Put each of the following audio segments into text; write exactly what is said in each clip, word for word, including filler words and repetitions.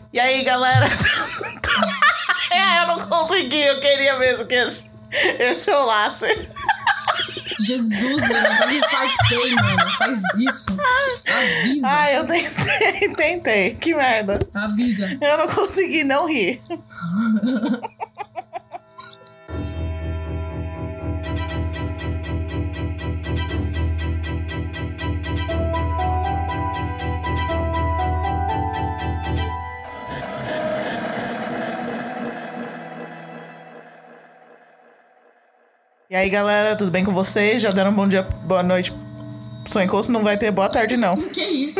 E aí, galera? É, eu não consegui, eu queria mesmo que esse, esse rolasse. Jesus, mano, eu quase infartei, mano. Faz isso. Avisa. Ai, eu tentei, tentei. Que merda. Avisa. Eu não consegui não rir. E aí, galera, tudo bem com vocês? Já deram um bom dia, boa noite pro encosto? Não vai ter boa tarde, não. Que isso?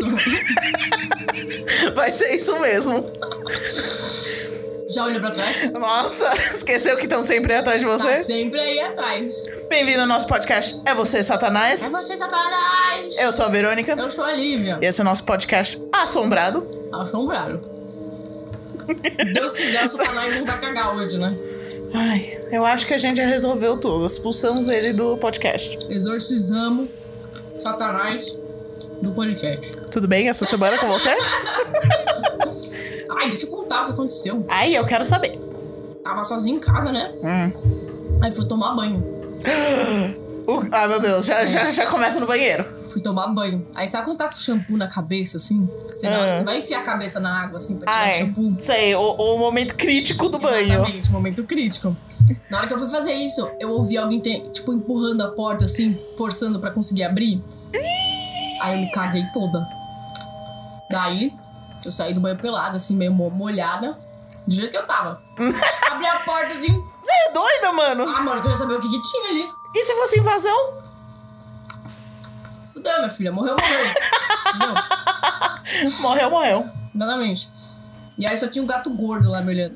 Vai ser isso mesmo. Já olhou pra trás? Nossa, esqueceu que estão sempre aí atrás de você? Tá sempre aí atrás. Bem-vindo ao nosso podcast É Você, Satanás? É você, Satanás! Eu sou a Verônica. Eu sou a Lívia. E esse é o nosso podcast Assombrado. Assombrado. Deus quiser, o Satanás não vai cagar hoje, né? Ai, eu acho que a gente já resolveu tudo. Expulsamos ele do podcast. Exorcizamos Satanás do podcast. Tudo bem essa semana com você? Ai, deixa eu contar o que aconteceu. Ai, eu quero saber. Tava sozinho em casa, né? Hum. Aí fui tomar banho. Uh, ah, meu Deus, já, já, já começa no banheiro. Fui tomar banho. Aí sabe quando você tá com shampoo na cabeça, assim? Você, Ah. vai, você vai enfiar a cabeça na água, assim, pra tirar Ai, o shampoo. sei, o, o momento crítico do banho. Exatamente, momento crítico. Na hora que eu fui fazer isso, eu ouvi alguém, te, tipo, empurrando a porta, assim, forçando pra conseguir abrir. Aí eu me caguei toda. Daí, eu saí do banho pelada, assim, meio mo- molhada. Do jeito que eu tava. Abri a porta, assim. Você é doida, mano? Ah, mano, eu queria saber o que, que tinha ali. E se fosse invasão? Fudeu, minha filha. Morreu, morreu. Entendeu? Morreu, morreu. Exatamente. E aí só tinha um gato gordo lá me olhando.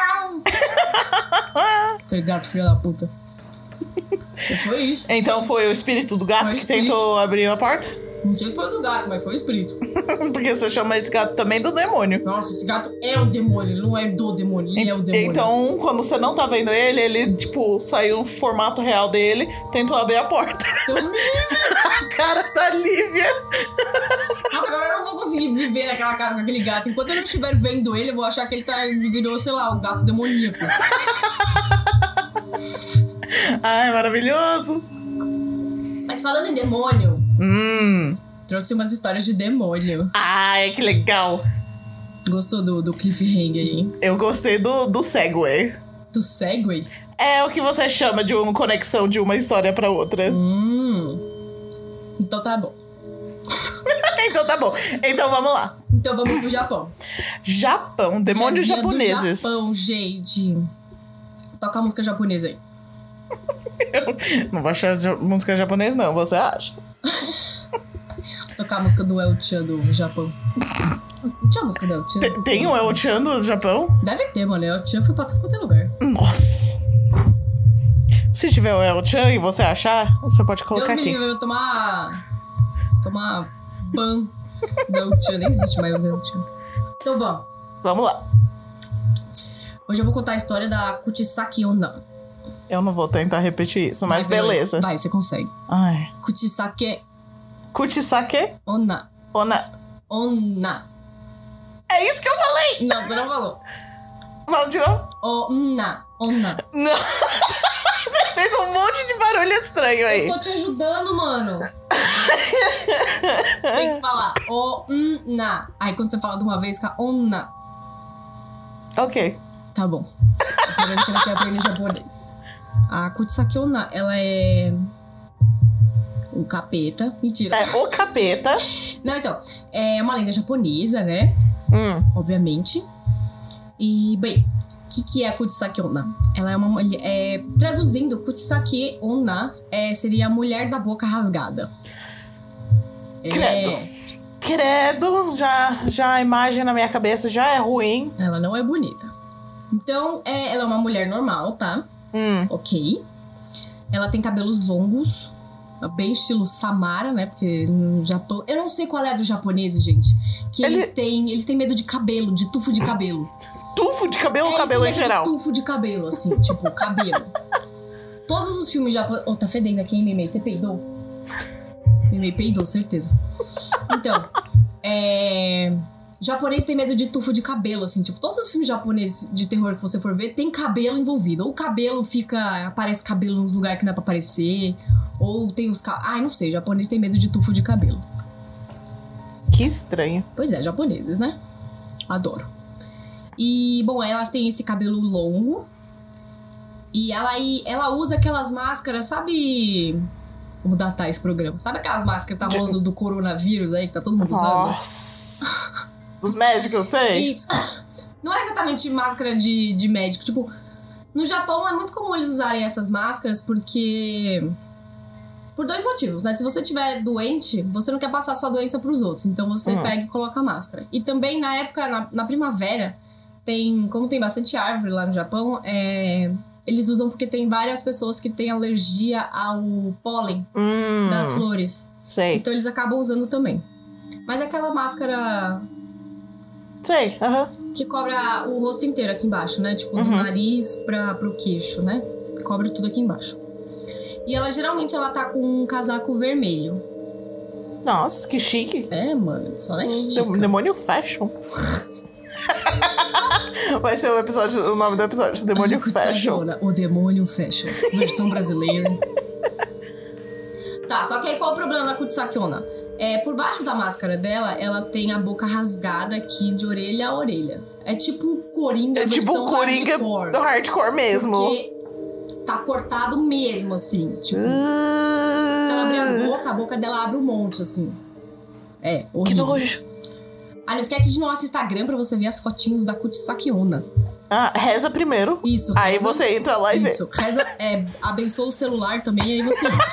Aquele gato filho da puta. E foi isso. Então foi o espírito do gato Foi o que espírito. tentou abrir a porta? Não sei se foi o do gato, mas foi o espírito. Porque você chama esse gato também do demônio. Nossa, esse gato é o demônio. Ele não é do demônio, ele é o demônio. Então, quando você não tá vendo ele, ele, tipo, saiu no formato real dele, tentou abrir a porta. Deus me livre. A cara da Lívia. Nossa, agora eu não vou conseguir viver naquela casa com aquele gato. Enquanto eu não estiver vendo ele, eu vou achar que ele tá, ele virou, sei lá, um gato demoníaco. Ai, maravilhoso. Mas falando em demônio, Hum. trouxe umas histórias de demônio. Ai, que legal. Gostou do, do cliffhanger aí? Eu gostei do, do segue. Do Segway? É o que você chama de uma conexão de uma história pra outra. Hum. Então tá bom. Então tá bom. Então vamos lá. Então vamos pro Japão. Japão, demônios Dia do japoneses. Japão, gente. Toca a música japonesa aí. Não vou achar ja- música japonesa, não. Você acha? Tocar a música do El-chan do Japão. Não tinha a música do El-chan? Te- Tem um El-chan do Japão? Deve ter, mano. El-chan foi pra tudo quanto é lugar. Nossa. Se tiver o El-chan e você achar, você pode colocar Deus me aqui. livre, eu vou tomar... Tomar ban do El-chan. Nem existe mais o El-chan. Então vamos. Vamos lá. Hoje eu vou contar a história da Kuchisaki Onna. Eu não vou tentar repetir isso, mas Vai, beleza. Vai, você consegue. Ai. Kuchisaki Kuchisake Onna. Ona. Onna. É isso que eu falei! Não, você não falou. Fala de novo. Onna. Onna. Não. Você fez um monte de barulho estranho aí. Eu tô te ajudando, mano. Você tem que falar onna. Aí quando você fala de uma vez, fica onna. Ok. Tá bom. Tô falando que ela quer aprender japonês. A Kuchisaki Onna, ela é... um capeta. Mentira. É o capeta. Não, então. É uma lenda japonesa, né? Hum. Obviamente. E, bem, o que, que é a Kuchisaki Onna? Ela é uma mulher... É, traduzindo, Kuchisaki Onna é, seria a mulher da boca rasgada. Credo. É, Credo. Já, já a imagem na minha cabeça já é ruim. ela não é bonita. Então, é, ela é uma mulher normal, tá? Hum. Ok. Ela tem cabelos longos, bem estilo Samara, né? Porque no Japão... Eu não sei qual é a dos japoneses, gente. Que Ele- eles têm... Eles têm medo de cabelo, de tufo de cabelo. Tufo de cabelo ou É, cabelo em eles têm medo geral? de tufo de cabelo, assim. Tipo, cabelo. Todos os filmes japoneses... Oh, tá fedendo aqui, hein, Mimei? Você peidou? Mimei peidou, certeza. Então, é... Japonês tem medo de tufo de cabelo, assim. Tipo, todos os filmes japoneses de terror que você for ver, tem cabelo envolvido. Ou o cabelo fica... Aparece cabelo nos lugares que não é pra aparecer. Ou tem os... Ca... Ai, não sei. Japonês tem medo de tufo de cabelo. Que estranho. Pois é, japoneses, né? Adoro. E, bom, elas têm esse cabelo longo. E ela, ela usa aquelas máscaras, sabe... Vamos datar esse programa. Sabe aquelas máscaras que tá rolando do coronavírus aí, que tá todo mundo usando? Nossa. Os médicos, eu sei. Isso. Não é exatamente máscara de, de médico. Tipo, no Japão é muito comum eles usarem essas máscaras porque... Por dois motivos, né? Se você estiver doente, você não quer passar sua doença pros outros. Então você uhum. pega e coloca a máscara. E também, na época, na, na primavera, tem... Como tem bastante árvore lá no Japão, é... Eles usam porque tem várias pessoas que têm alergia ao pólen hum, das flores. Sei. Então eles acabam usando também. Mas é aquela máscara... Sei, aham. Uh-huh. Que cobre o rosto inteiro aqui embaixo, né? Tipo, do uhum. nariz pra, pro queixo, né? Cobre tudo aqui embaixo. E ela, geralmente, ela tá com um casaco vermelho. Nossa, que chique. É, mano. Só na estica. Um demônio fashion. Vai ser o episódio, o nome do episódio, Demônio Fashion. O Demônio Fashion, versão brasileira. Tá, só que aí qual o problema da Kutsakiona? É, por baixo da máscara dela, ela tem a boca rasgada aqui de orelha a orelha. É tipo o Coringa, é versão tipo o Coringa hardcore. do hardcore mesmo. Porque tá cortado mesmo, assim. Tipo, uh... se ela abrir a boca, a boca dela abre um monte, assim. É, horrível. Que nojo. Ah, não esquece de ir no nosso Instagram pra você ver as fotinhos da Kutsakiona. Ah, reza primeiro. Isso. Aí reza, você entra lá e vê. Isso, reza, é, abençoa o celular também, aí você entra.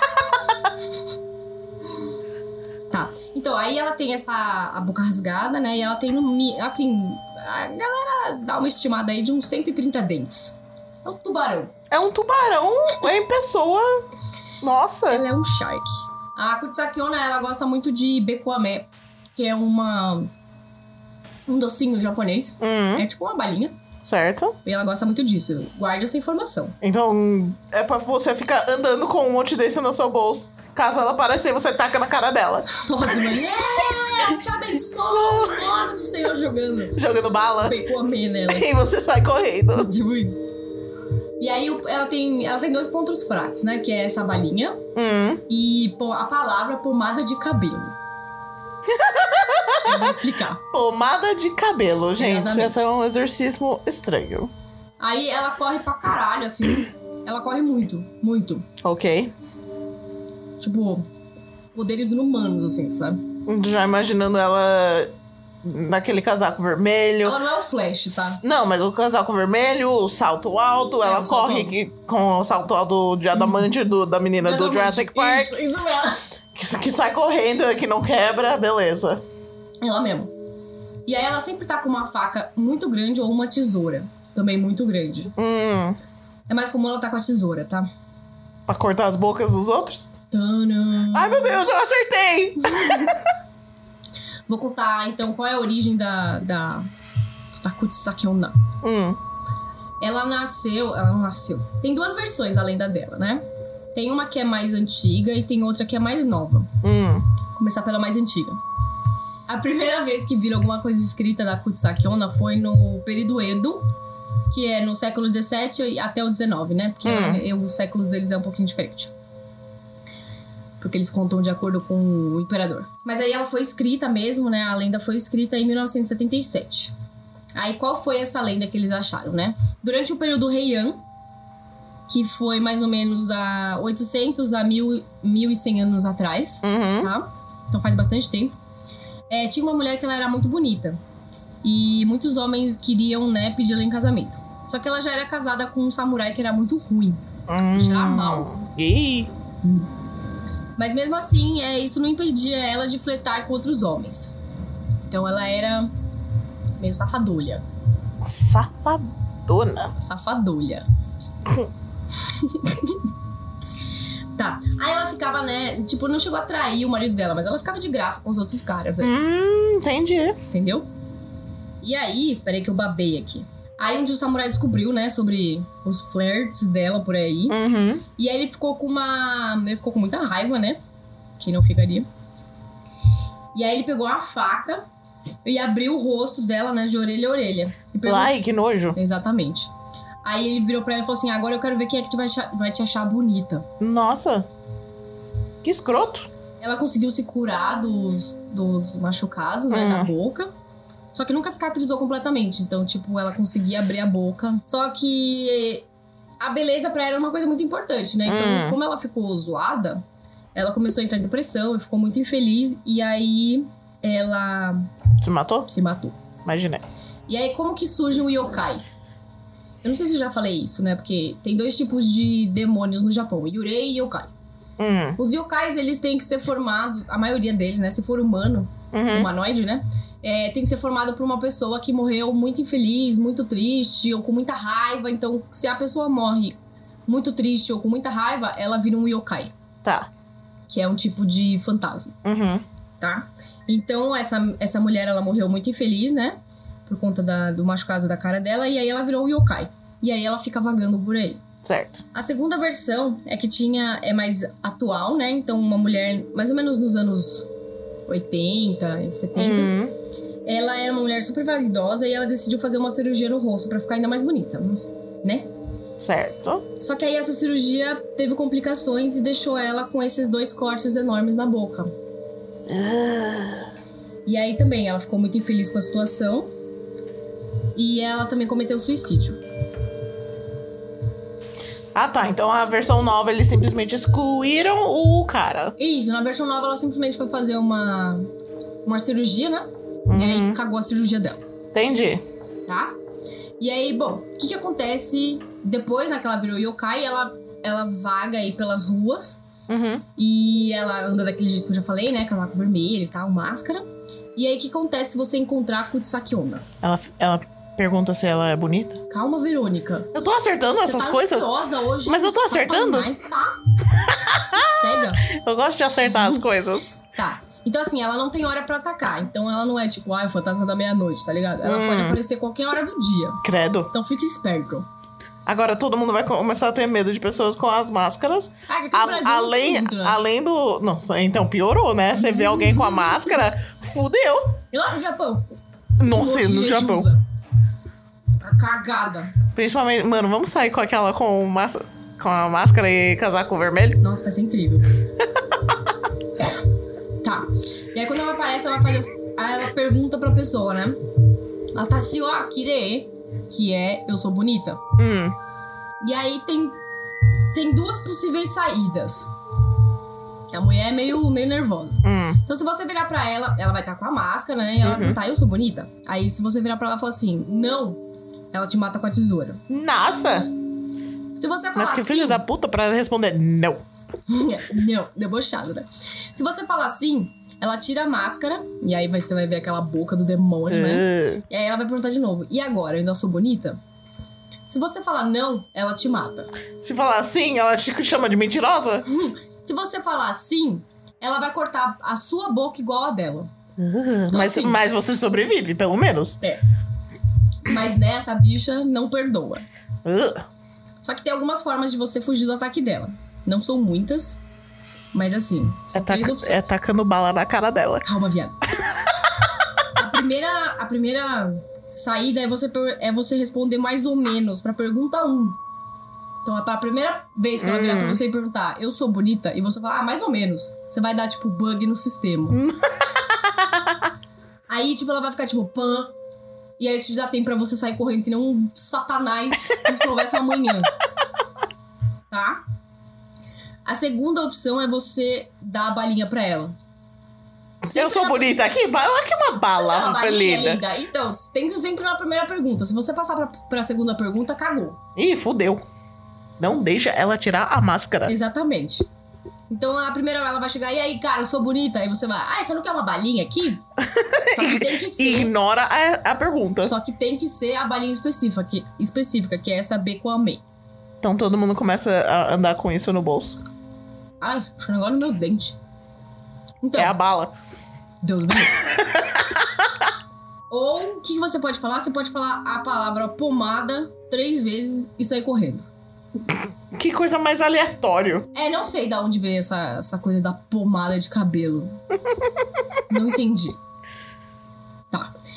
Tá, então aí ela tem essa a boca rasgada, né? E ela tem, no, assim, a galera dá uma estimada aí de uns cento e trinta dentes. É um tubarão. É um tubarão em pessoa. Nossa. Ela é um shark. A Kutsakiona, ela gosta muito de bekoame, que é uma... um docinho japonês. Uhum. É tipo uma balinha. Certo. E ela gosta muito disso. Guarde essa informação. Então, é pra você ficar andando com um monte desse no seu bolso. Caso ela aparecer, você taca na cara dela. Nossa, mano. É, te abençoe. Glória do Senhor jogando. Jogando bala. Bekoame nela. E você sai correndo. Juiz. E aí, ela tem, ela tem dois pontos fracos, né? Que é essa balinha. Uhum. E a palavra pomada de cabelo. Eu vou explicar. Pomada de cabelo, gente. Exatamente. Esse é um exorcismo estranho. Aí ela corre pra caralho, assim. Ela corre muito, muito. Ok. Tipo, poderes inumanos, assim, sabe? Já imaginando ela naquele casaco vermelho. Ela não é o Flash, tá? Não, mas o casaco vermelho, o salto alto. É, ela corre alto. com o salto alto de adamante hum. do, da menina do Jurassic Park. Isso, isso mesmo. Que, que sai correndo, que não quebra, beleza. Ela mesmo. E aí ela sempre tá com uma faca muito grande ou uma tesoura. Também muito grande. Hum. É mais comum ela tá com a tesoura, tá? Pra cortar as bocas dos outros? Tadã. Ai, meu Deus, eu acertei! Vou contar, então, qual é a origem da... Da, da Kutsakiona. Hum. Ela nasceu... Ela não nasceu. Tem duas versões da lenda dela, né? Tem uma que é mais antiga e tem outra que é mais nova. Hum. Vou começar pela mais antiga. A primeira vez que viram alguma coisa escrita da Kutsakiona foi no período Edo, que é no século dezessete até o dezenove, né? Porque hum. o século deles é um pouquinho diferente. Porque eles contam de acordo com o imperador. Mas aí ela foi escrita mesmo, né? A lenda foi escrita em mil novecentos e setenta e sete. Aí qual foi essa lenda que eles acharam, né? Durante o período Heian, que foi mais ou menos há oitocentos a mil e cem anos atrás, uhum. tá? Então faz bastante tempo. É, tinha uma mulher que ela era muito bonita. E muitos homens queriam, né, pedir ela em casamento. Só que ela já era casada com um samurai que era muito ruim. Hum. Já mal. Ih. Hum. Mas mesmo assim, é, isso não impedia ela de flertar com outros homens. Então ela era meio safadolha. Safadona? Safadolha. Tá. Aí ela ficava, né? Tipo, não chegou a trair o marido dela, mas ela ficava de graça com os outros caras. Né? Hum, entendi. Entendeu? E aí, peraí que eu babei aqui. Aí um dia o samurai descobriu, né, sobre os flirts dela por aí. Uhum. E aí ele ficou com uma... Ele ficou com muita raiva, né? Quem não ficaria. E aí ele pegou uma faca, e abriu o rosto dela, né, de orelha a orelha. E perguntou... Ai, que nojo. Exatamente. Aí ele virou pra ela e falou assim, agora eu quero ver quem é que te vai, achar, vai te achar bonita. Nossa. Que escroto. Ela conseguiu se curar dos, dos machucados, né, Hum. da boca. Só que nunca cicatrizou completamente. Então, tipo, ela conseguia abrir a boca. Só que a beleza pra ela era uma coisa muito importante, né? Então, Hum. como ela ficou zoada, ela começou a entrar em depressão e ficou muito infeliz. E aí, ela Se matou? se matou. Imaginei. E aí, como que surge o yokai? Eu não sei se eu já falei isso, né? Porque tem dois tipos de demônios no Japão. Yurei e yokai. Hum. Os yokais, eles têm que ser formados, a maioria deles, né? Se for humano, Uhum. humanoide, né? É, tem que ser formado por uma pessoa que morreu muito infeliz, muito triste ou com muita raiva. Então, se a pessoa morre muito triste ou com muita raiva, ela vira um yokai, Tá. que é um tipo de fantasma, Uhum. tá? Então, essa, essa mulher, ela morreu muito infeliz, né? Por conta da, do machucado da cara dela. E aí, ela virou um yokai. E aí, ela fica vagando por aí. Certo. A segunda versão é que tinha, é mais atual, né? Então, uma mulher, mais ou menos nos anos oitenta e setenta, Uhum. ela era uma mulher super vaidosa e ela decidiu fazer uma cirurgia no rosto pra ficar ainda mais bonita, né? Certo. Só que aí essa cirurgia teve complicações e deixou ela com esses dois cortes enormes na boca. E aí também ela ficou muito infeliz com a situação e ela também cometeu suicídio. Ah, tá. Então a versão nova, eles simplesmente excluíram o cara. Isso, na versão nova ela simplesmente foi fazer uma, uma cirurgia, né? E aí cagou a cirurgia dela, Entendi. tá? E aí, bom, o que que acontece depois, né, que ela virou yokai, ela, ela vaga aí pelas ruas Uhum. e ela anda daquele jeito que eu já falei, né, casaco vermelho e tal, máscara. E aí, o que acontece se você encontrar a Kutsuki Onna? Ela, ela pergunta se ela é bonita. Calma, Verônica. Eu tô acertando Você essas tá coisas. ansiosa hoje. Mas eu tô acertando? Satanás, tá? Sossega. Eu gosto de acertar as coisas. Tá. Então, assim, ela não tem hora pra atacar. Então, ela não é tipo, ah, o fantasma da meia-noite, tá ligado? Ela Hum. pode aparecer qualquer hora do dia. Credo. Então, fique esperto. Agora todo mundo vai começar a ter medo de pessoas com as máscaras. Ah, que aqui no A- Brasil não além, tem muito, né? além do... Nossa, então piorou, né? Você vê alguém com a máscara, fudeu. E lá no Japão? Nossa, Um monte de no gente Japão. usa. Tá cagada. Principalmente, mano, vamos sair com aquela com, massa, com a máscara e casaco vermelho? Nossa, vai ser incrível. Tá. E aí, quando ela aparece, ela faz... As... Aí ela pergunta pra pessoa, né? Atashi wa kirei, que é eu sou bonita. Hum, E aí tem, tem duas possíveis saídas. Que a mulher é meio, meio nervosa. hum. Então, se você virar pra ela, ela vai estar com a máscara, né? E ela vai perguntar, eu sou bonita? Aí, se você virar pra ela e falar assim, não, ela te mata com a tesoura. Nossa! Se você falar Mas que assim... filho da puta pra responder não. não, debochado, né? Se você falar assim, ela tira a máscara, e aí você vai ver aquela boca do demônio, né? Uh, E aí ela vai perguntar de novo, e agora, eu ainda sou bonita? Se você falar não, ela te mata. se falar assim, ela te chama de mentirosa? Hum, se você falar assim, ela vai cortar a sua boca igual a dela. Uh, mas, assim- mas você sobrevive, pelo menos. É. Mas, né, essa bicha não perdoa. Uh, Só que tem algumas formas de você fugir do ataque dela. Não são muitas, mas assim, são é, três taca, opções. é tacando bala na cara dela. Calma, viado. a, primeira, a primeira saída é você, per- é você responder mais ou menos pra pergunta um. Então, a primeira vez que ela virar pra você e perguntar, eu sou bonita? E você falar, ah, mais ou menos. Você vai dar, tipo, bug no sistema. Aí, tipo, ela vai ficar, tipo, pã. E aí, isso já tem pra você sair correndo que nem um satanás, como se não houvesse um amanhã. Tá? A segunda opção é você dar a balinha pra ela. Eu Sempre sou na- bonita aqui? Olha aqui uma Você bala, dá uma balinha, linda. linda. Então, tem que ser sempre na primeira pergunta. Se você passar pra, pra segunda pergunta, cagou. Ih, fudeu. Não deixa ela tirar a máscara. Exatamente. Então, a primeira ela vai chegar, e aí, cara, eu sou bonita. Aí você vai, ah, você não quer uma balinha aqui? Só que tem que ser. Ignora a, a pergunta. Só que tem que ser a balinha específica, que, específica, que é essa B com a M. Então todo mundo começa a andar com isso no bolso. Ai, puxou um negócio no meu dente. Então, É a bala. Deus me livre. Ou, o que que você pode falar? Você pode falar a palavra pomada três vezes e sair correndo. Que coisa mais aleatório. É, não sei de onde veio essa, essa coisa da pomada de cabelo. Não entendi. Tá.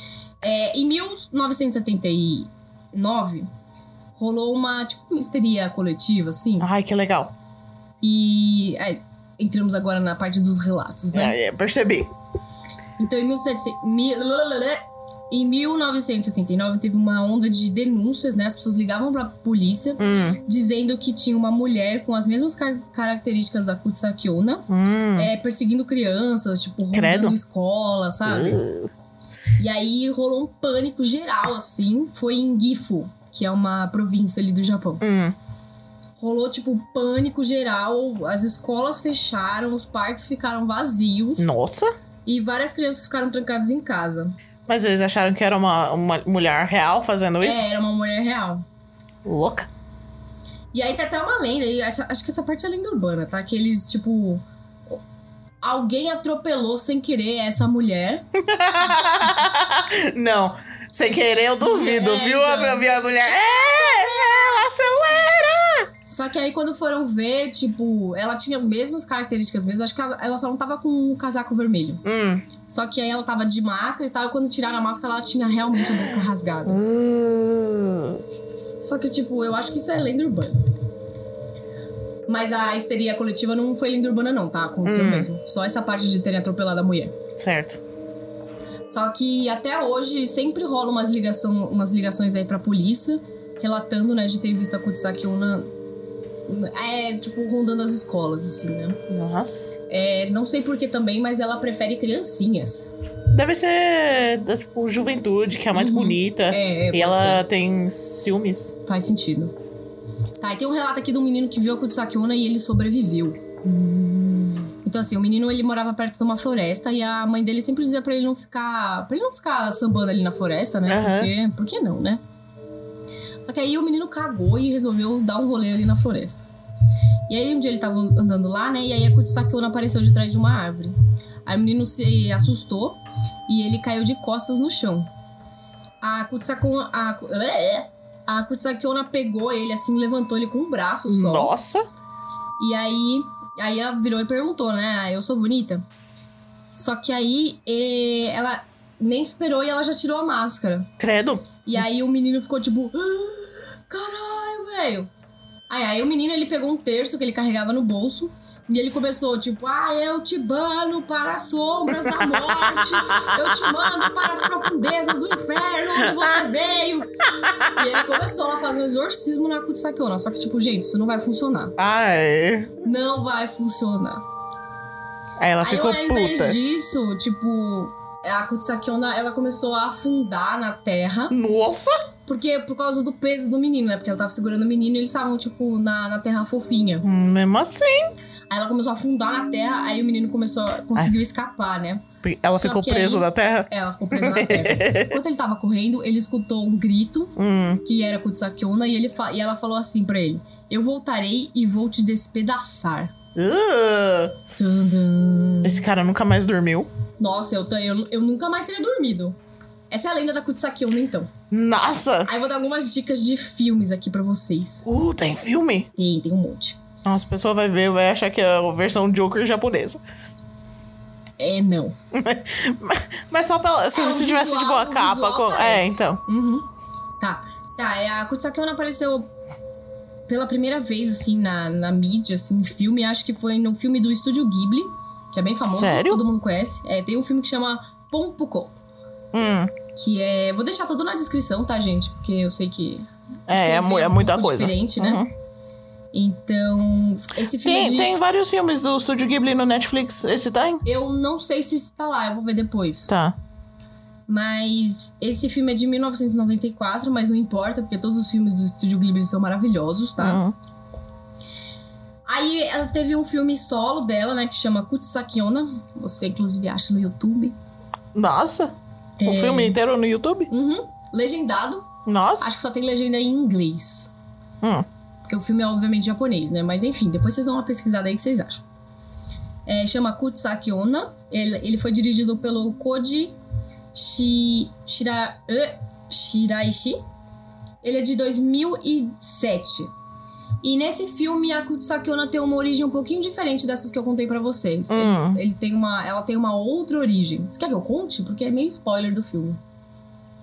É, em mil novecentos e setenta e nove, rolou uma, tipo, uma histeria coletiva, assim. Ai, que legal. E é, entramos agora na parte dos relatos, né? É, é, percebi. Então, em, mil e setecentos, mil, em mil novecentos e setenta e nove, teve uma onda de denúncias, né? As pessoas ligavam pra polícia, hum. dizendo que tinha uma mulher com as mesmas car- características da Kutsuki Onna, hum. é, perseguindo crianças, tipo, roubando escola, sabe? Uh. E aí rolou um pânico geral, assim. Foi em Gifu, que é uma província ali do Japão. Hum. Rolou, tipo, pânico geral. As escolas fecharam, os parques ficaram vazios. Nossa! E várias crianças ficaram trancadas em casa. Mas eles acharam que era uma, uma mulher real fazendo isso? É, era uma mulher real. Louca. E aí tem até uma lenda, e acho, acho que essa parte é lenda urbana, tá? Que eles, tipo... Alguém atropelou sem querer essa mulher. Não, sem querer eu duvido, É, viu? então. A minha mulher... É, ela acelera! Só que aí quando foram ver, tipo... Ela tinha as mesmas características mesmo. Acho que ela, ela só não tava com um casaco vermelho. Hum. Só que aí ela tava de máscara e tal. E quando tiraram a máscara, ela tinha realmente a boca rasgada. Uh. Só que, tipo, eu acho que isso é lenda urbana. Mas a histeria coletiva não foi lenda urbana não, tá? Aconteceu hum. mesmo. Só essa parte de terem atropelado a mulher. Certo. Só que até hoje sempre rola umas, ligação, umas ligações aí pra polícia. Relatando, né, de ter visto a Kutsuki Onna... É, tipo, rondando as escolas, assim, né? Nossa. É, não sei por que também, mas ela prefere criancinhas. Deve ser da, tipo, juventude, que é mais Uhum. bonita. É, é, e pode ela ser. tem ciúmes. Faz sentido. Tá, e tem um relato aqui de um menino que viu a Kutsuki Onna e ele sobreviveu. Hum. Então, assim, o menino, ele morava perto de uma floresta e a mãe dele sempre dizia pra ele não ficar... Pra ele não ficar sambando ali na floresta, né? Uhum. Porque... Por que não, né? Só que aí o menino cagou e resolveu dar um rolê ali na floresta. E aí um dia ele tava andando lá, né? E aí a Kutsuki Onna apareceu de trás de uma árvore. Aí o menino se assustou e ele caiu de costas no chão. A Kutsuki Onna... A, a Kutsuki Onna pegou ele assim, levantou ele com um braço só. Nossa! E aí, aí ela virou e perguntou, né? Ah, eu sou bonita? Só que aí eh, ela nem esperou e ela já tirou a máscara. Credo. E aí o menino ficou tipo... Ah, caralho, velho. Aí, aí o menino, ele pegou um terço que ele carregava no bolso. E ele começou, tipo... Ah, eu te bano para as sombras da morte. Eu te mando para as profundezas do inferno, onde você veio. E ele começou a fazer um exorcismo na Kutsuki Onna. Só que, tipo, gente, isso não vai funcionar. Ai. Não vai funcionar. Aí ela Aí, ficou ao puta. invés disso, tipo... A Kutsuki Onna, ela começou a afundar na terra. Nossa! Porque por causa do peso do menino, né? Porque ela tava segurando o menino e eles estavam, tipo, na, na terra fofinha. Mesmo assim. Aí ela começou a afundar na terra, aí o menino começou a, conseguiu Ai. escapar, né? Ela Só ficou que preso aí, na terra? Ela ficou presa na terra. Enquanto ele tava correndo, ele escutou um grito, hum. que era Kutsuki Onna, e, ele fa- e ela falou assim pra ele: eu voltarei e vou te despedaçar. Uh. Tadã. Esse cara nunca mais dormiu. Nossa, eu, eu, eu nunca mais teria dormido. Essa é a lenda da Kutsuki Onna, então. Nossa! Aí eu vou dar algumas dicas de filmes aqui pra vocês. Uh, tem filme? Tem, tem um monte. Nossa, a pessoa vai ver, vai achar que é a versão Joker japonesa. É, não. mas, mas só pela... Se, É, se o tivesse, visual- tipo, a o capa... visual Com... É, aparece. então. Uhum. Tá. Tá, é, a Kutsuki Onna apareceu pela primeira vez, assim, na, na mídia, assim, em filme. Acho que foi no filme do Estúdio Ghibli, que é bem famoso. Sério? Todo mundo conhece. É, tem um filme que chama Ponpuko. Hum. Que é... Vou deixar tudo na descrição, tá, gente? Porque eu sei que... É, é, mu- é um muita pouco coisa. diferente, né? Uhum. Então, esse filme Tem, de... tem vários filmes do Estúdio Ghibli no Netflix. Esse tem? Eu não sei se isso tá lá, eu vou ver depois. Tá. Mas esse filme é de mil novecentos e noventa e quatro, mas não importa, porque todos os filmes do Estúdio Ghibli são maravilhosos, tá? Uhum. Aí ela teve um filme solo dela, né, que chama Kutsuki Onna. Você, inclusive, acha no YouTube. Nossa! O É. filme inteiro no YouTube? Uhum. Legendado. Nossa! Acho que só tem legenda em inglês. Hum. Porque o filme é, obviamente, japonês, né? Mas, enfim, depois vocês dão uma pesquisada aí que vocês acham. É, chama Kutsuki Onna. Ele, ele foi dirigido pelo Koji Shi, Shira, uh, Shiraishi. Ele é de dois mil e sete. E nesse filme, a Kutsuki Onna tem uma origem um pouquinho diferente dessas que eu contei pra vocês. Hum. Ele, ele tem uma, ela tem uma outra origem. Você quer que eu conte? Porque é meio spoiler do filme.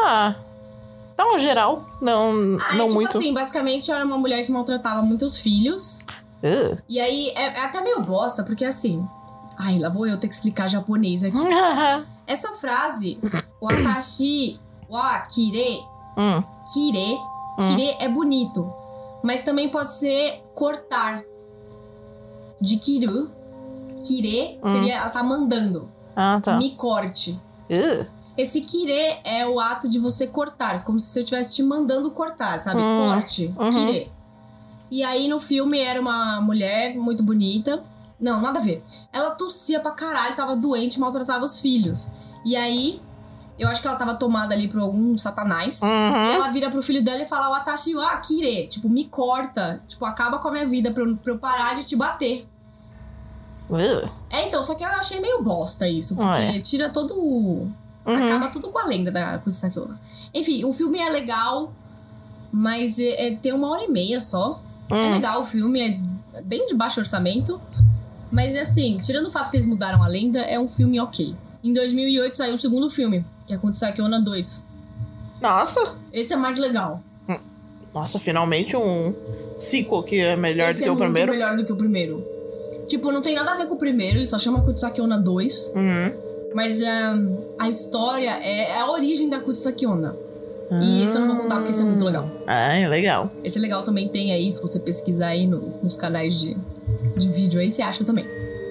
Ah, dá uma geral. Não, Ah, não é, tipo muito. assim, basicamente era uma mulher que maltratava muitos filhos. Uh. E aí, é, é até meio bosta, porque assim... Ai, lá vou eu ter que explicar japonês aqui. Essa frase, watashi wa kire, hum. kire, kire é bonito. Mas também pode ser cortar. De kiru, kire seria ela tá mandando. Ah, tá. Me corte. Uh. Esse kire é o ato de você cortar. É como se eu estivesse te mandando cortar, sabe? Hum. Corte, Uhum. kire. E aí no filme era uma mulher muito bonita. Não, nada a ver. Ela tossia pra caralho, tava doente, maltratava os filhos. E aí, eu acho que ela tava tomada ali por algum satanás. Uhum. E ela vira pro filho dela e fala: Watashi wa kire. Tipo, me corta. Tipo, acaba com a minha vida pra eu, pra eu parar de te bater. Uh. É, então, só que eu achei meio bosta isso. Porque Ah, é. tira todo o... Uhum. Acaba tudo com a lenda da Kuchisaki Onna. Enfim, o filme é legal, mas é, é, tem uma hora e meia só. É Hum. legal o filme, é bem de baixo orçamento. Mas assim, tirando o fato que eles mudaram a lenda, é um filme ok. Em dois mil e oito saiu o segundo filme, que é Kuchisaki Onna dois. Nossa. Esse é mais legal. Nossa, finalmente um sequel que é melhor Esse do que é o muito primeiro. melhor do que o primeiro. Tipo, não tem nada a ver com o primeiro, ele só chama Kuchisaki Onna dois. Uhum. Mas um, a história é, é a origem da Kuchisaki Onna. E esse eu não vou contar porque esse é muito legal. Ah, é legal. Esse é legal também, tem aí, se você pesquisar aí no, nos canais de, de vídeo aí, você acha também.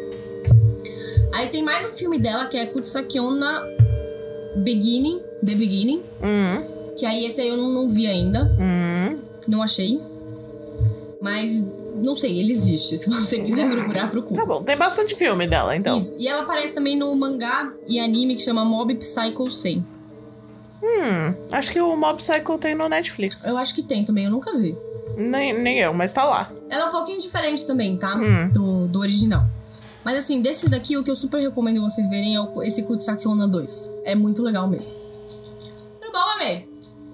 Aí tem mais um filme dela, que é Kuchisaki Onna Beginning, The Beginning. Uhum. Que aí esse aí eu não, não vi ainda, Uhum. não achei. Mas, não sei, ele existe. Se você quiser procurar, procura. Tá bom, tem bastante filme dela, então. Isso, e ela aparece também no mangá e anime que chama Mob Psycho cem. Hum, acho que o Mob Psycho tem no Netflix. Eu acho que tem também, eu nunca vi. Nem, nem eu, mas tá lá. Ela é um pouquinho diferente também, tá? Hum. Do, do original. Mas assim, desses daqui, o que eu super recomendo vocês verem é o, esse Kuchisaki Onna dois. É muito legal mesmo. Tudo bom, amei?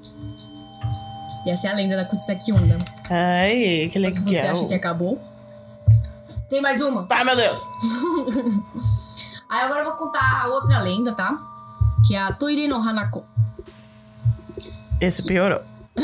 E essa é a lenda da Kuchisaki Onna. Ai, que Só que você legal. acha que acabou. Tem mais uma? Ai, meu Deus. Aí agora eu vou contar a outra lenda, tá? Que é a Toire no Hanako. Esse piorou.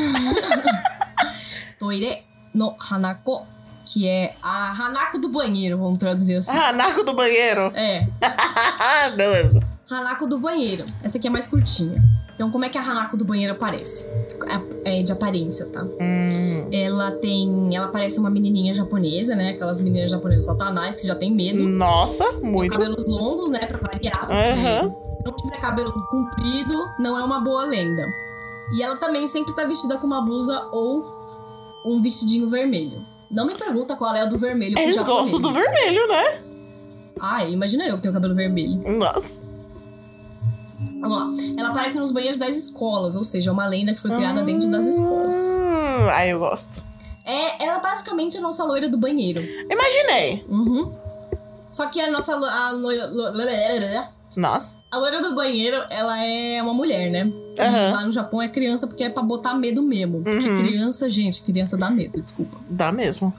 Toire no Hanako, que é a Hanako do banheiro, vamos traduzir assim. Ah, Narco do banheiro. É, Beleza. Hanako do banheiro. Essa aqui é mais curtinha. Então, como é que a Hanako do banheiro aparece? É de aparência, tá? Hum. Ela tem... Ela parece uma menininha japonesa, né? Aquelas meninas japonesas satanás que já tem medo. Nossa, Com muito. cabelos longos, né? Pra variar. Porque Aham. se não tiver cabelo comprido, não é uma boa lenda. E ela também sempre tá vestida com uma blusa ou um vestidinho vermelho. Não me pergunta qual é a do vermelho. Eles pros gostam do japoneses. vermelho, né? Ai, imagina eu que tenho cabelo vermelho. Nossa. Vamos lá. Ela aparece nos banheiros das escolas, ou seja, é uma lenda que foi criada dentro das escolas. Hum, ai, eu gosto. É, ela é basicamente a nossa loira do banheiro. Imaginei. Uhum. Só que a nossa lo- a loira, lo- Nossa. a loira do banheiro, ela é uma mulher, né? E Aham. lá no Japão é criança porque é pra botar medo mesmo. Porque Uhum. criança, gente, criança dá medo, desculpa. Dá mesmo.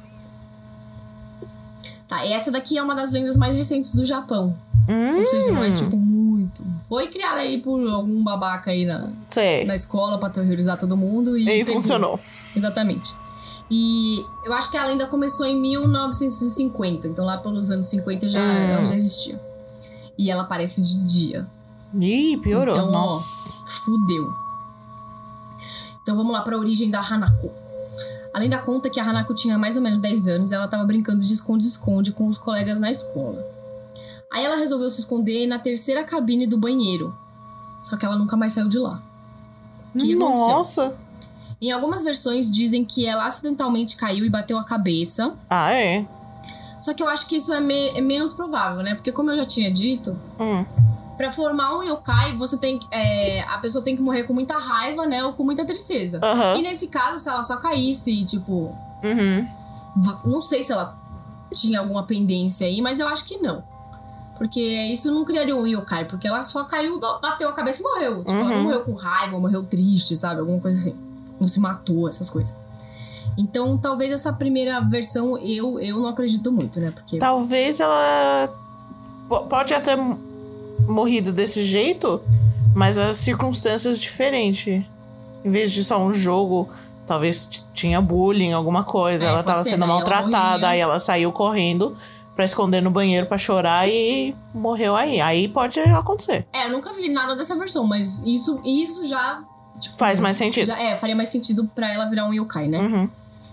Tá, e essa daqui é uma das lendas mais recentes do Japão. Hum, Ou seja, não é tipo muito. Foi criada aí por algum babaca aí na, sei. na escola pra terrorizar todo mundo e. E pegou. funcionou. Exatamente. E eu acho que a lenda começou em mil novecentos e cinquenta. Então lá pelos anos cinquenta já, Hum. ela já existia. E ela aparece de dia. Ih, piorou. Então, Nossa. ó, fudeu. Então vamos lá pra origem da Hanako. A lenda conta que a Hanako tinha mais ou menos dez anos e ela tava brincando de esconde-esconde com os colegas na escola. Aí ela resolveu se esconder na terceira cabine do banheiro. Só que ela nunca mais saiu de lá. O que aconteceu? Nossa. Em algumas versões dizem que ela acidentalmente caiu e bateu a cabeça. Ah, é? Só que eu acho que isso é, me- é menos provável, né? Porque como eu já tinha dito, Hum. pra formar um yokai, você tem que, é, a pessoa tem que morrer com muita raiva, né? Ou com muita tristeza. Aham. E nesse caso, se ela só caísse, tipo... Uhum. v- Não sei se ela tinha alguma pendência aí, mas eu acho que não. Porque isso não criaria um yokai. Porque ela só caiu, bateu a cabeça e morreu. Tipo, ela não Uhum. morreu com raiva, ou morreu triste, sabe? Alguma coisa assim. Não se matou, essas coisas. Então, talvez essa primeira versão eu, eu não acredito muito, né? Porque... Talvez ela po- pode até m- morrido desse jeito Mas as circunstâncias diferentes. Em vez de só um jogo, talvez t- tinha bullying, alguma coisa. É, ela pode tava ser, sendo daí ela maltratada, morria. aí ela saiu correndo pra esconder no banheiro pra chorar e morreu aí. Aí pode acontecer. É, eu nunca vi nada dessa versão, mas isso, isso já... Tipo, Faz mais sentido. já, é, faria mais sentido pra ela virar um yokai, né? Uhum.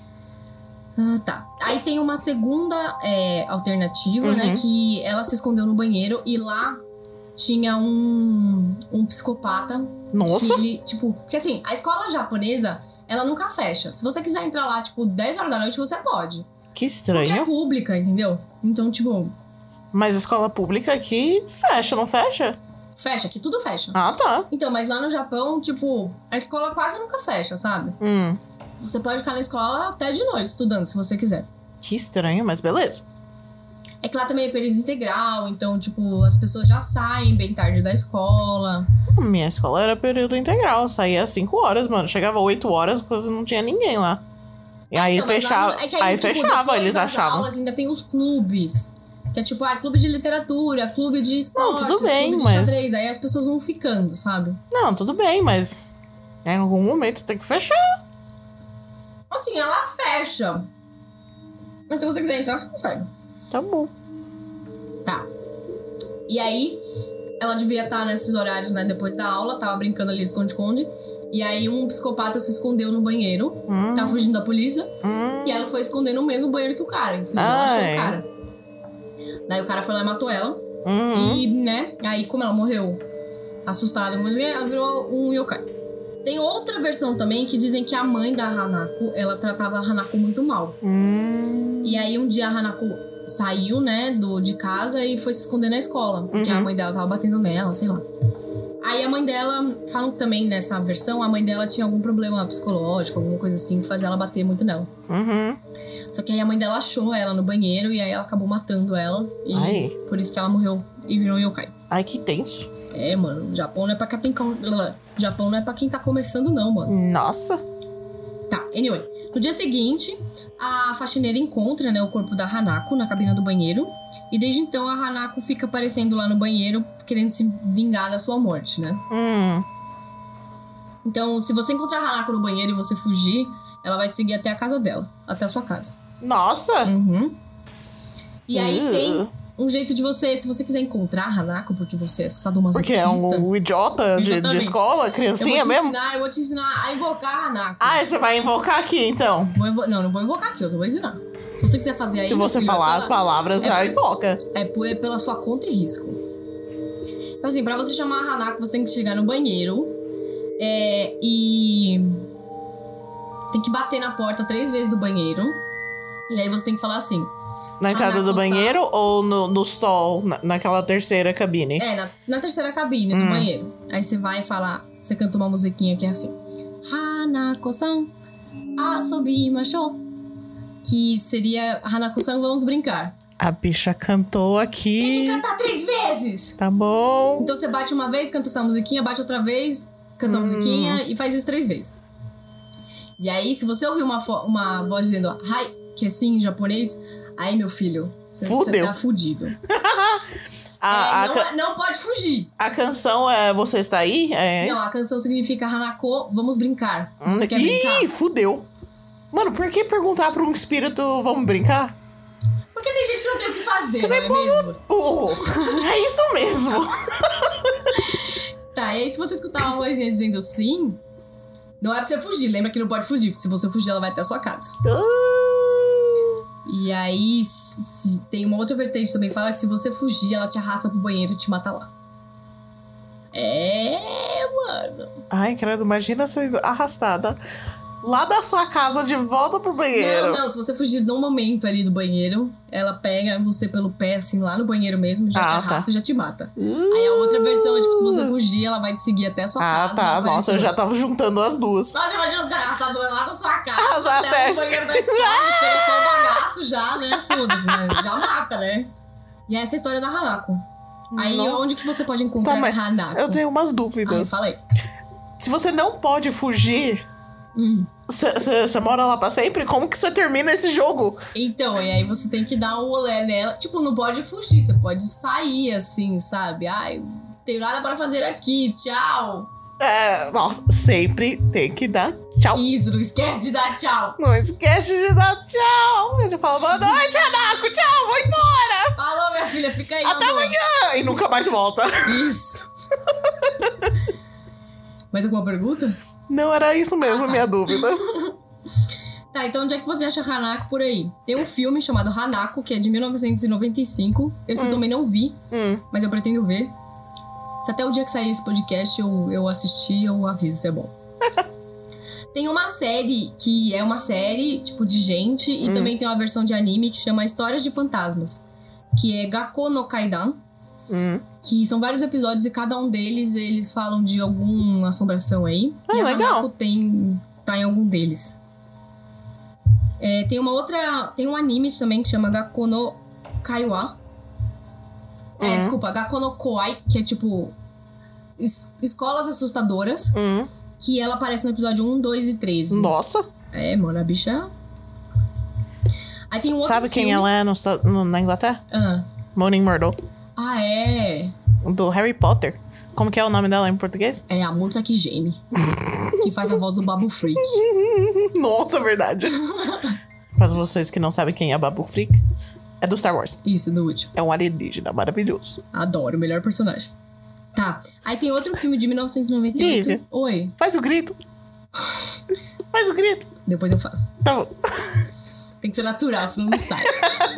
Ah, tá. Aí tem uma segunda é, alternativa, Uhum. né? Que ela se escondeu no banheiro e lá tinha um, um psicopata. Nossa. Que ele, tipo... Porque assim, a escola japonesa, ela nunca fecha. Se você quiser entrar lá, tipo, dez horas da noite, você pode. Que Porque é estranho. pública, entendeu? Então, tipo, Mas a escola pública aqui fecha, não fecha? fecha, que tudo fecha. Ah, tá. Então, mas lá no Japão, tipo, a escola quase nunca fecha, sabe? Hum. Você pode ficar na escola até de noite, estudando, se você quiser. Que estranho, mas beleza. É que lá também é período integral, então, tipo, as pessoas já saem bem tarde da escola. Minha escola era período integral. Eu saía às cinco horas, mano. Chegava oito horas, quase não tinha ninguém lá. E aí Então, mas lá fechava. no- é que aí tipo, fechava, depois eles das achavam. aulas ainda tem os clubes. Que é tipo, ah, clube de literatura, clube de esportes, tudo bem, clube de mas- xadrez. Aí as pessoas vão ficando, sabe? Não, tudo bem, mas em algum momento tem que fechar. Assim, ela fecha. Mas se você quiser entrar, você consegue. Tá bom. Tá. E aí, ela devia estar nesses horários, né, depois da aula, tava brincando ali de esconde-esconde. E aí, um psicopata se escondeu no banheiro, Hum. tava fugindo da polícia, Hum. e ela foi esconder no mesmo banheiro que o cara. Entendeu? Ela achou Ai. o cara. Daí o cara foi lá e matou ela. Uhum. E, né, aí como ela morreu assustada, ela virou um yokai. Tem outra versão também que dizem que a mãe da Hanako, ela tratava a Hanako muito mal. Hum. E aí um dia a Hanako saiu, né, do, de casa e foi se esconder na escola. Porque Uhum. a mãe dela tava batendo nela, sei lá. Aí a mãe dela, falam que também nessa versão, a mãe dela tinha algum problema psicológico, alguma coisa assim, que fazia ela bater muito nela. Uhum. Só que aí a mãe dela achou ela no banheiro e aí ela acabou matando ela. E Ai. por isso que ela morreu e virou um yokai. Ai, que tenso. É, mano, o Japão não é pra quem... com- Japão não é pra quem tá começando, não, mano. Nossa. Tá, anyway. No dia seguinte, a faxineira encontra, né, o corpo da Hanako na cabina do banheiro. E desde então a Hanako fica aparecendo lá no banheiro, querendo se vingar da sua morte, né? Hum. Então, se você encontrar a Hanako no banheiro e você fugir, ela vai te seguir até a casa dela. Até a sua casa. Nossa. Uhum. E aí Uh. tem um jeito de você, se você quiser encontrar a Hanako, porque você é Porque sadomasoquista... é um idiota de, de Exatamente. escola, Eu vou criancinha te mesmo. ensinar, eu vou te ensinar a invocar a Hanako. Ah, você vai invocar aqui então. Vou invo- Não, não vou invocar aqui, eu só vou ensinar. Se você quiser fazer aí... Se meu você filho, falar é as pela- palavras, é- já invoca. É por- é pela sua conta e risco. Então, assim, pra você chamar a Hanako, você tem que chegar no banheiro. É, e... Tem que bater na porta três vezes do banheiro. E aí você tem que falar assim... Na entrada do Hanako-san. banheiro ou no, no stall, na, naquela terceira cabine? É, na, na terceira cabine do banheiro. Aí você vai falar... Você canta uma musiquinha que é assim... Hanako-san, asobimashou. Que seria... Hanako-san, vamos brincar. A bicha cantou Tem que aqui. cantar três vezes! Tá bom. Então você bate uma vez, canta essa musiquinha, bate outra vez, canta a musiquinha e faz isso três vezes. E aí, se você ouvir uma, fo- uma voz dizendo hi, que é sim em japonês, aí, meu filho, você você Fudeu. tá fudido. A, É, a, não, ca- não pode fugir. a canção é Você Está Aí? É Não, a canção significa Hanako, vamos brincar. Hum, Você quer brincar? Ih, fudeu. Mano, por que perguntar pra um espírito vamos brincar? Porque tem gente que não tem o que fazer, não é mesmo? Burro. É isso mesmo. Tá, e aí se você escutar uma vozinha dizendo sim, não é pra você fugir. Lembra que não pode fugir, porque se você fugir, ela vai até a sua casa. Ah, E aí, se- tem uma outra vertente também, fala que se você fugir, ela te arrasta pro banheiro e te mata lá. É, mano. Ai, credo, imagina sendo arrastada lá da sua casa de volta pro banheiro. Não, não, se você fugir num momento ali do banheiro, ela pega você pelo pé, assim, lá no banheiro mesmo, já Ah, te tá. arrasta e já te mata. Uh. Aí a outra versão é, tipo, se você fugir, ela vai te seguir até a sua Ah, casa. tá. vai Nossa, aparecer eu já lá. tava juntando as duas. Nossa, imagina você arrastado lá da sua casa, Ah, até até- o banheiro da escola, chega só o bagaço já, né? Foda-se, né? Já mata, né? E essa é a história da Hanako. Aí, Nossa. onde que você pode encontrar Tá, mas a Hanako? eu tenho umas Aí, dúvidas. fala aí. Se você não pode fugir, Hum. você mora lá pra sempre? Como que você termina esse jogo? Então, e aí você tem que dar um olé nela. Tipo, não pode fugir, você pode sair assim, sabe? Ai, Tenho nada para fazer aqui, tchau. É, nossa, sempre tem que dar tchau. Isso, não esquece de dar tchau. Não esquece de dar tchau. Ele fala, boa noite, Hanako, tchau, vou embora. Falou, minha filha, fica aí. Até amor. amanhã. E nunca mais volta. Isso. Mais alguma pergunta? Não, era isso mesmo, a minha dúvida. Tá, então onde é que você acha Hanako por aí? Tem um filme chamado Hanako, que é de mil novecentos e noventa e cinco. Esse Hum. eu também não vi, Hum. mas eu pretendo ver. Se até o dia que sair esse podcast eu, eu assistir, eu aviso se é bom. Tem uma série que é uma série, tipo, de gente. E Hum. também tem uma versão de anime que chama Histórias de Fantasmas. Que é Gakkou no Kaidan. Hum. Que são vários episódios e cada um deles, eles falam de alguma assombração aí. Ah, e a legal. Hanako tem, tá em algum deles. É, tem uma outra... Tem um anime também que chama Gakkou no Kaiwa. É, Hum. desculpa, Gakkou no Kowai, que é tipo... es- escolas assustadoras. Hum. Que ela aparece no episódio um, dois e três. Nossa. É, mano, a bicha... Aí tem um outro Sabe quem filme- ela é no, no- na Inglaterra? Ah, Moaning Myrtle. ah, é... Do Harry Potter. Como que é o nome dela em português? É a Murta que geme. Que faz a voz do Babu Freak. Nossa, verdade. Para vocês que não sabem quem é a Babu Freak, é do Star Wars. Isso, do último. É um alienígena maravilhoso. Adoro, o melhor personagem. Tá. Aí tem outro filme de mil novecentos e noventa e oito. Lívia. Oi. Faz o grito. Faz o grito. Depois eu faço. Tá bom. Tem que ser natural, senão não sai.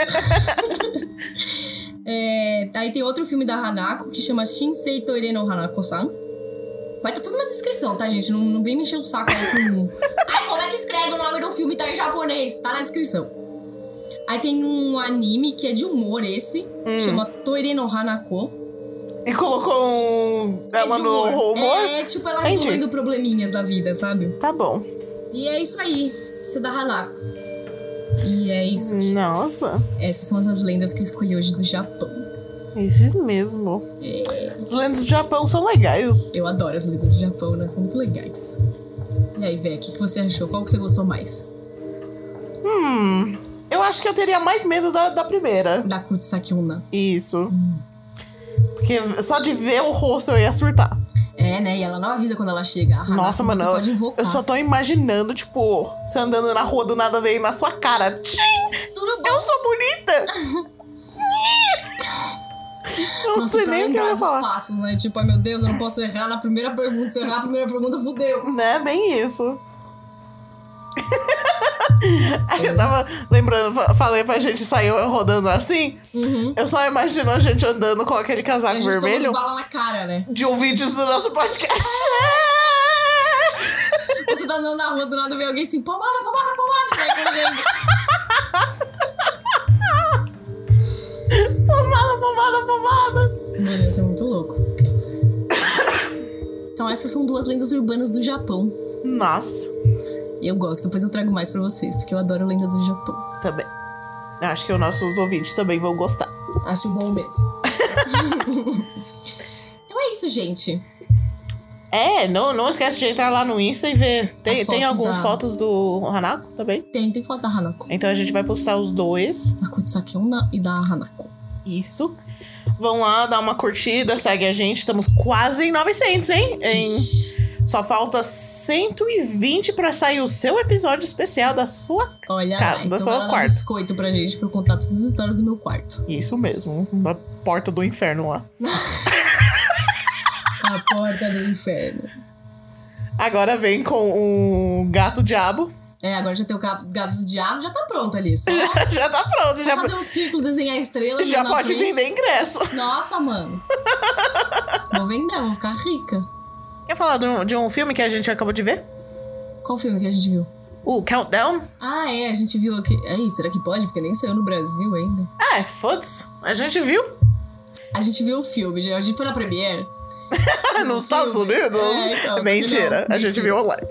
É, aí tem outro filme da Hanako que chama Shinsei Toire no Hanako-san. Vai estar tudo na descrição, tá, gente? Não, não vem me encher o saco aí com... Ai, como é que escreve o nome do filme? Tá em japonês. Tá na descrição. Aí tem um anime que é de humor esse. Que chama Toire no Hanako. E colocou um... É ela de no humor? É, tipo, ela Entendi. resolvendo probleminhas da vida, sabe? Tá bom. E é isso aí. Isso é da Hanako. E é isso. Nossa. Essas são as lendas que eu escolhi hoje do Japão. Esses mesmo. É, Os lendas do Japão são legais. eu adoro as lendas do Japão, né? São muito legais. E aí, Vé, o que, que você achou? Qual que você gostou mais? Hum... Eu acho que eu teria mais medo da, da primeira. Da Kutsaki Una. Isso. Porque só de ver o rosto eu ia surtar. É, né? E ela não avisa quando ela chega. A Hanako, Nossa, mano, você eu, pode invocar. eu só tô imaginando, tipo, você andando na rua do nada veio na sua cara. Tchim! Tudo bom? Eu sou bonita! Eu não Nossa, sei pra nem o que eu lembrar ia dos falar. passos, né? Tipo, ai meu Deus, eu não posso errar na primeira pergunta. Se eu errar a primeira pergunta, fudeu. Né? Bem isso. Aí eu tava lembrando, fa- falei pra gente sair rodando assim. Uhum. Eu só imagino a gente andando com aquele E a casaco gente vermelho tomando bala na cara, né? de ouvintes do nosso podcast. Você tá andando na rua, do nada vem alguém assim, pomada, pomada, pomada, sai correndo. Pomada, pomada, pomada. Mano, isso é muito louco. Então essas são duas lendas urbanas do Japão. Nossa, Eu gosto, depois eu trago mais pra vocês, porque eu adoro lendas do Japão. também. Eu acho que os nossos ouvintes também vão gostar. Acho bom mesmo. Então é isso, gente. É, não, não esquece de entrar lá no Insta e ver. Tem, As tem fotos algumas da- fotos do Hanako também. Tem, tem foto da Hanako. Então a gente vai postar os dois. Da Kutsaki Onna e da Hanako. Isso. Vão lá, dá uma curtida, segue a gente. Estamos quase em novecentos, hein? Em... Ixi. Só falta cento e vinte pra sair o seu episódio especial da sua... Olha Ca- lá, da então sua vai lá dar quarto. biscoito pra gente, pra eu contar todas as histórias do meu quarto. Isso mesmo. Na porta do inferno lá. A porta do inferno. Agora vem com o gato diabo. É, agora já tem o gato gato do diabo, já tá pronto ali. Só, Já tá pronto. só Já, fazer um círculo, desenhar estrelas já na pode frente. vender ingresso. Nossa, mano. Vou vender, vou ficar rica. Quer falar de um, de um filme que a gente acabou de ver? Qual filme que a gente viu? O Countdown? Ah, é, a gente viu aqui. Aí, será que pode? Porque nem saiu no Brasil ainda. É, foda-se. A gente viu. A gente viu o filme, já. A gente foi na Premiere. Nos Estados filme. Unidos? É, então, só que Mentira. não. A gente Mentira. viu online.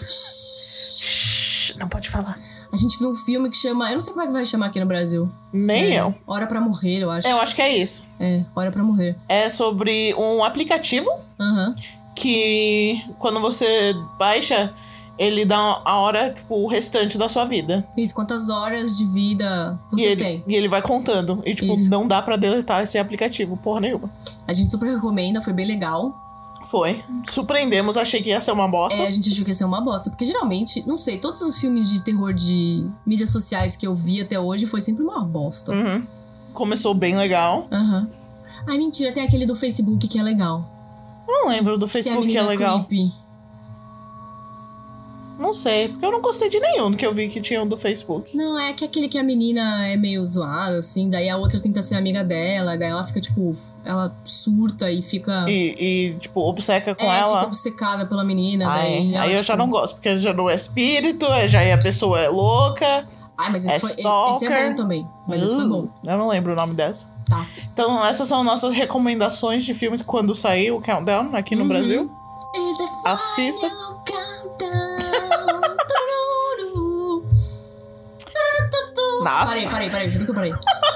Shhh, não pode falar. A gente viu um filme que chama. Eu não sei como é que vai chamar aqui no Brasil. Nem É eu. Hora pra Morrer, eu acho. Eu acho que é isso. É, Hora pra Morrer. É sobre um aplicativo Aham. que quando você baixa, ele dá a hora, tipo, o restante da sua vida. Isso, quantas horas de vida E você ele, tem. e ele vai contando. E, tipo, Isso. não dá pra deletar esse aplicativo, porra nenhuma. A gente super recomenda, foi bem legal. Foi. Surpreendemos, achei que ia ser uma bosta. É, a gente achou que ia ser uma bosta. Porque geralmente, não sei, todos os filmes de terror de mídias sociais que eu vi até hoje foi sempre uma bosta. Uhum. Começou bem legal. Aham. Ai, mentira, tem aquele do Facebook que é legal. Eu não lembro do Que é a Facebook que é menina legal. creepy. Não sei, porque eu não gostei de nenhum que eu vi que tinha do Facebook. Não, é que aquele que a menina é meio zoada, assim, daí a outra tenta ser amiga dela, daí ela fica, tipo, ela surta e fica... E, e tipo, obceca com é, ela. fica obcecada pela menina, Ai, daí ela, aí eu tipo... já não gosto, porque já não é espírito, já é a pessoa é louca. Ai, mas é esse, foi, esse stalker. é bom também, mas esse foi Uh, bom. Eu não lembro o nome dessa. Tá. Então, essas são nossas recomendações de filmes quando sair o Countdown aqui no Uhum. Brasil. Is the Assista. final countdown. Nossa. Parei, parei, parei, juro que eu parei.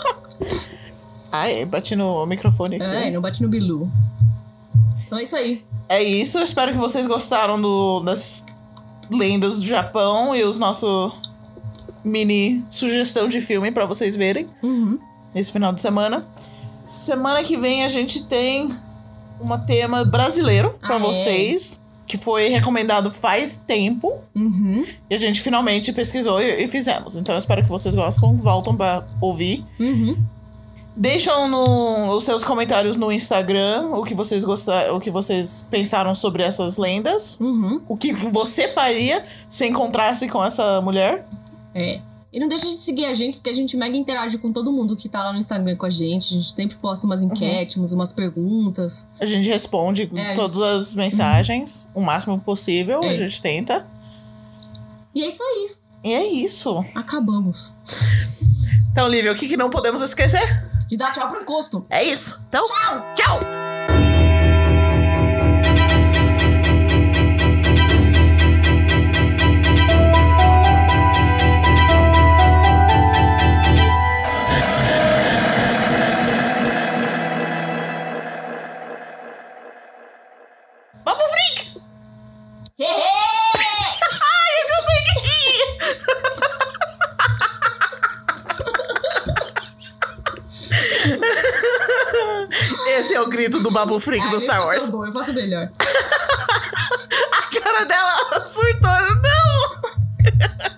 Ai, bati no microfone aqui. É, não bate no Bilu. Então é isso aí. É isso, eu espero que vocês gostaram do, das lendas do Japão e os nossos mini sugestão de filme pra vocês verem Uhum. esse final de semana. Semana que vem a gente tem um tema brasileiro pra Ah, é? vocês, que foi recomendado faz tempo Uhum. e a gente finalmente pesquisou e, e fizemos. Então eu espero que vocês gostem, voltam pra ouvir. Uhum. Deixam no, os seus comentários no Instagram o que vocês gostaram, o que vocês pensaram sobre essas lendas. Uhum. O que você faria se encontrasse com essa mulher. É. E não deixa de seguir a gente, porque a gente mega interage com todo mundo que tá lá no Instagram com a gente. A gente sempre posta umas enquetes, Uhum. umas perguntas. A gente responde É, a todas gente- as mensagens o máximo possível. É. A gente tenta. E é isso aí. E é isso. Acabamos. Então, Lívia, o que, que não podemos esquecer? De dar tchau pro encosto. É isso. Então, Tchau! tchau! Vamos, Freak! Ai, eu consegui! Esse é o grito do Babu Freak do Star Wars. Bom, eu faço melhor. A cara dela surtou. Não!